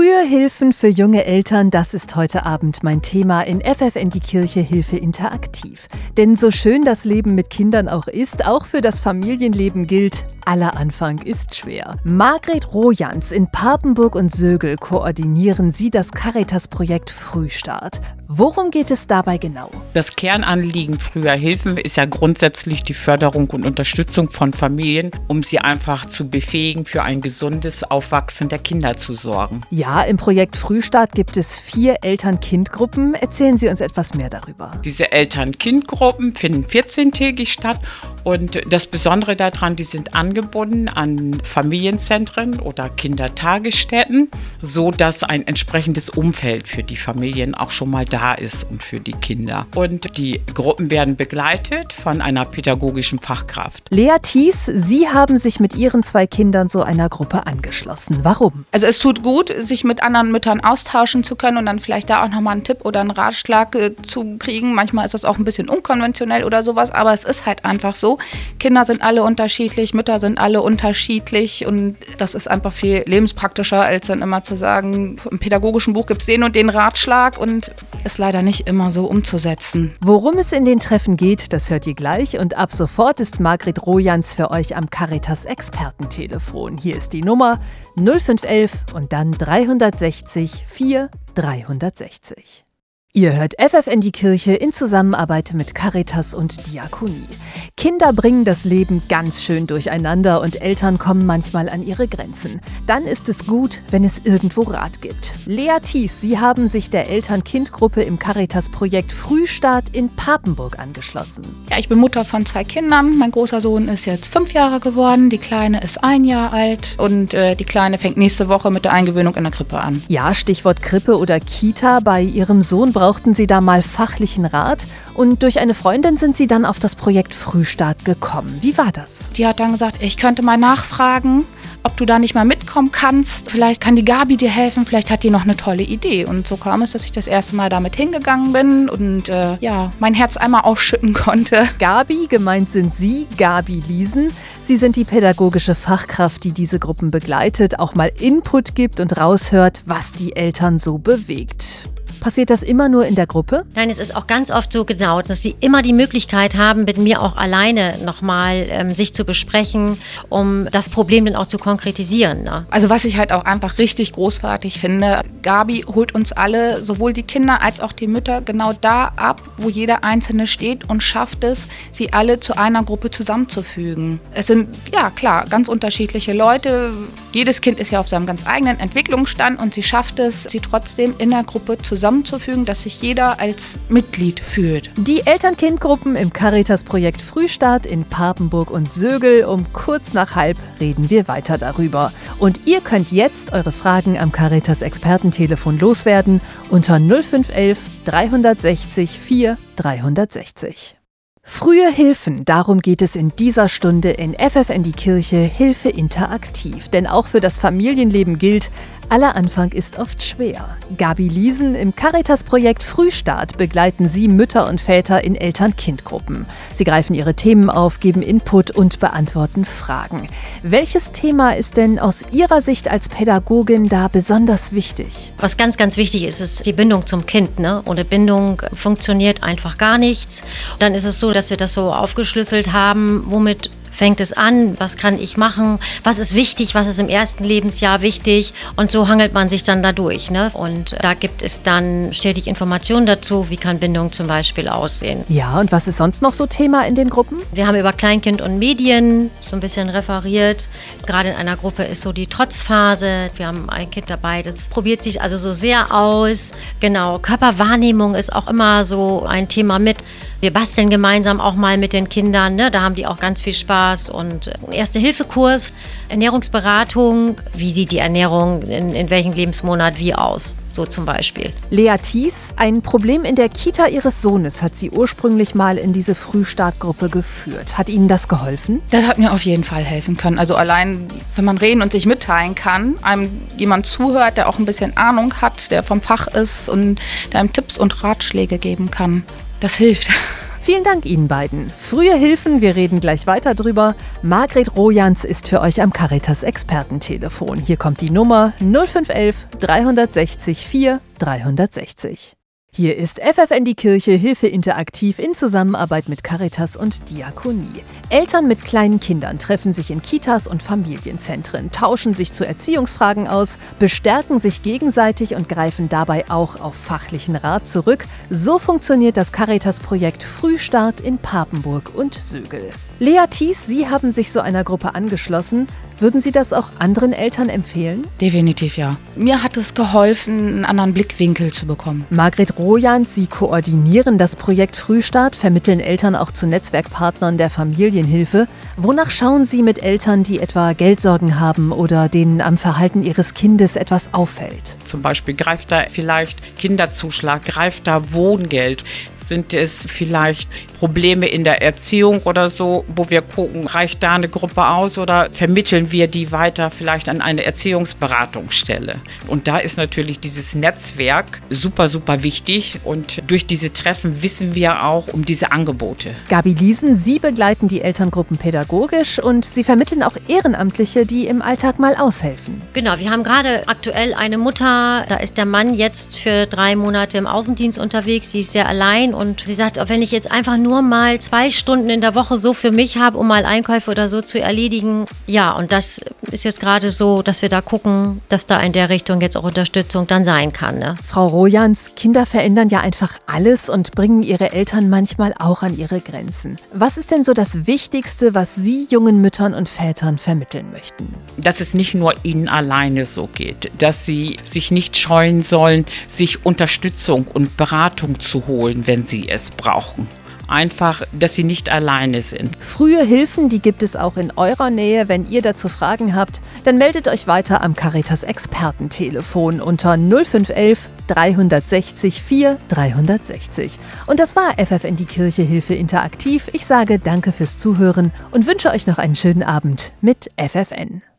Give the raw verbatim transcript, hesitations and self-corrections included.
Frühe Hilfen für junge Eltern, das ist heute Abend mein Thema in F F N die Kirche Hilfe interaktiv. Denn so schön das Leben mit Kindern auch ist, auch für das Familienleben gilt, aller Anfang ist schwer. Margret Rojans in Papenburg und Sögel koordinieren sie das Caritas-Projekt Frühstart. Worum geht es dabei genau? Das Kernanliegen Früher Hilfen ist ja grundsätzlich die Förderung und Unterstützung von Familien, um sie einfach zu befähigen, für ein gesundes Aufwachsen der Kinder zu sorgen. Ja, im Projekt Frühstart gibt es vier Eltern-Kind-Gruppen. Erzählen Sie uns etwas mehr darüber. Diese Eltern-Kind-Gruppen finden vierzehntägig statt und das Besondere daran, die sind angebunden an Familienzentren oder Kindertagesstätten, so dass ein entsprechendes Umfeld für die Familien auch schon mal da ist und für die Kinder. Und die Gruppen werden begleitet von einer pädagogischen Fachkraft. Lea Thies, Sie haben sich mit Ihren zwei Kindern so einer Gruppe angeschlossen. Warum? Also es tut gut, sich mit anderen Müttern austauschen zu können und dann vielleicht da auch nochmal einen Tipp oder einen Ratschlag äh, zu kriegen. Manchmal ist das auch ein bisschen unkonventionell oder sowas, aber es ist halt einfach so. Kinder sind alle unterschiedlich, Mütter sind alle unterschiedlich und das ist einfach viel lebenspraktischer, als dann immer zu sagen, im pädagogischen Buch gibt es den und den Ratschlag und ist leider nicht immer so umzusetzen. Worum es in den Treffen geht, das hört ihr gleich und ab sofort ist Margret Rojans für euch am Caritas-Expertentelefon. Hier ist die Nummer null fünf eins eins und dann dreihundertsechzig vier dreihundertsechzig. Ihr hört F F N die Kirche in Zusammenarbeit mit Caritas und Diakonie. Kinder bringen das Leben ganz schön durcheinander und Eltern kommen manchmal an ihre Grenzen. Dann ist es gut, wenn es irgendwo Rat gibt. Lea Thies, Sie haben sich der Eltern-Kind-Gruppe im Caritas-Projekt Frühstart in Papenburg angeschlossen. Ja, ich bin Mutter von zwei Kindern. Mein großer Sohn ist jetzt fünf Jahre geworden, die Kleine ist ein Jahr alt und äh, die Kleine fängt nächste Woche mit der Eingewöhnung in der Krippe an. Ja, Stichwort Krippe oder Kita. Bei Ihrem Sohn brauchten Sie da mal fachlichen Rat und durch eine Freundin sind Sie dann auf das Projekt Frühstart gekommen. Wie war das? Die hat dann gesagt, ich könnte mal nachfragen, ob du da nicht mal mitkommen kannst. Vielleicht kann die Gabi dir helfen, vielleicht hat die noch eine tolle Idee. Und so kam es, dass ich das erste Mal damit hingegangen bin und äh, ja, mein Herz einmal ausschütten konnte. Gabi, gemeint sind Sie, Gabi Liesen. Sie sind die pädagogische Fachkraft, die diese Gruppen begleitet, auch mal Input gibt und raushört, was die Eltern so bewegt. Passiert das immer nur in der Gruppe? Nein, es ist auch ganz oft so genau, dass sie immer die Möglichkeit haben, mit mir auch alleine nochmal ähm, sich zu besprechen, um das Problem dann auch zu konkretisieren. Ne? Also was ich halt auch einfach richtig großartig finde, Gabi holt uns alle, sowohl die Kinder als auch die Mütter, genau da ab, wo jeder Einzelne steht und schafft es, sie alle zu einer Gruppe zusammenzufügen. Es sind, ja klar, ganz unterschiedliche Leute. Jedes Kind ist ja auf seinem ganz eigenen Entwicklungsstand und sie schafft es, sie trotzdem in der Gruppe zusammenzufügen, dass sich jeder als Mitglied fühlt. Die Eltern-Kind-Gruppen im Caritas-Projekt Frühstart in Papenburg und Sögel. Um kurz nach halb reden wir weiter darüber. Und ihr könnt jetzt eure Fragen am Caritas-Expertentelefon loswerden unter null fünf eins eins dreihundertsechzig vier dreihundertsechzig. Frühe Hilfen, darum geht es in dieser Stunde in F F N die Kirche Hilfe interaktiv. Denn auch für das Familienleben gilt, aller Anfang ist oft schwer. Gabi Liesen im Caritas-Projekt Frühstart begleiten Sie Mütter und Väter in Eltern-Kind-Gruppen. Sie greifen ihre Themen auf, geben Input und beantworten Fragen. Welches Thema ist denn aus Ihrer Sicht als Pädagogin da besonders wichtig? Was ganz, ganz wichtig ist, ist die Bindung zum Kind. Ne? Ohne Bindung funktioniert einfach gar nichts. Dann ist es so, dass wir das so aufgeschlüsselt haben, womit fängt es an, was kann ich machen, was ist wichtig, was ist im ersten Lebensjahr wichtig und so hangelt man sich dann da durch. Ne? Und da gibt es dann stetig Informationen dazu, wie kann Bindung zum Beispiel aussehen. Ja, und was ist sonst noch so Thema in den Gruppen? Wir haben über Kleinkind und Medien so ein bisschen referiert. Gerade in einer Gruppe ist so die Trotzphase. Wir haben ein Kind dabei, das probiert sich also so sehr aus. Genau, Körperwahrnehmung ist auch immer so ein Thema mit. Wir basteln gemeinsam auch mal mit den Kindern, ne? Da haben die auch ganz viel Spaß. Und Erste-Hilfe-Kurs, Ernährungsberatung, wie sieht die Ernährung in, in welchem Lebensmonat wie aus, so zum Beispiel. Lea Thies, ein Problem in der Kita Ihres Sohnes hat Sie ursprünglich mal in diese Frühstartgruppe geführt. Hat Ihnen das geholfen? Das hat mir auf jeden Fall helfen können. Also allein, wenn man reden und sich mitteilen kann, einem jemand zuhört, der auch ein bisschen Ahnung hat, der vom Fach ist und der einem Tipps und Ratschläge geben kann. Das hilft. Vielen Dank Ihnen beiden. Frühe Hilfen, wir reden gleich weiter drüber. Margret Rojans ist für euch am Caritas-Expertentelefon. Hier kommt die Nummer null fünf eins eins drei sechs null vier drei sechs null. Hier ist F F N die Kirche Hilfe interaktiv in Zusammenarbeit mit Caritas und Diakonie. Eltern mit kleinen Kindern treffen sich in Kitas und Familienzentren, tauschen sich zu Erziehungsfragen aus, bestärken sich gegenseitig und greifen dabei auch auf fachlichen Rat zurück. So funktioniert das Caritas-Projekt Frühstart in Papenburg und Sögel. Lea Thies, Sie haben sich so einer Gruppe angeschlossen. Würden Sie das auch anderen Eltern empfehlen? Definitiv ja. Mir hat es geholfen, einen anderen Blickwinkel zu bekommen. Margret Rojans, Sie koordinieren das Projekt Frühstart, vermitteln Eltern auch zu Netzwerkpartnern der Familienhilfe. Wonach schauen Sie mit Eltern, die etwa Geldsorgen haben oder denen am Verhalten ihres Kindes etwas auffällt? Zum Beispiel greift da vielleicht Kinderzuschlag, greift da Wohngeld? Sind es vielleicht Probleme in der Erziehung oder so, wo wir gucken, reicht da eine Gruppe aus oder vermitteln wir die weiter vielleicht an eine Erziehungsberatungsstelle? Und da ist natürlich dieses Netzwerk super, super wichtig und durch diese Treffen wissen wir auch um diese Angebote. Gabi Liesen, Sie begleiten die Elterngruppen pädagogisch und Sie vermitteln auch Ehrenamtliche, die im Alltag mal aushelfen. Genau, wir haben gerade aktuell eine Mutter, da ist der Mann jetzt für drei Monate im Außendienst unterwegs, sie ist sehr allein und sie sagt, wenn ich jetzt einfach nur mal zwei Stunden in der Woche so für mich habe, um mal Einkäufe oder so zu erledigen, ja, und das ist jetzt gerade so, dass wir da gucken, dass da in der Richtung jetzt auch Unterstützung dann sein kann. Ne? Frau Rojans, Kinder verändern ja einfach alles und bringen ihre Eltern manchmal auch an ihre Grenzen. Was ist denn so das Wichtigste, was Sie jungen Müttern und Vätern vermitteln möchten? Dass es nicht nur ihnen alleine so geht, dass sie sich nicht scheuen sollen, sich Unterstützung und Beratung zu holen, wenn sie es brauchen. Einfach, dass sie nicht alleine sind. Frühe Hilfen, die gibt es auch in eurer Nähe. Wenn ihr dazu Fragen habt, dann meldet euch weiter am Caritas-Expertentelefon unter null fünf eins eins drei sechs null vier drei sechs null. Und das war F F N die Kirche Hilfe interaktiv. Ich sage danke fürs Zuhören und wünsche euch noch einen schönen Abend mit F F N.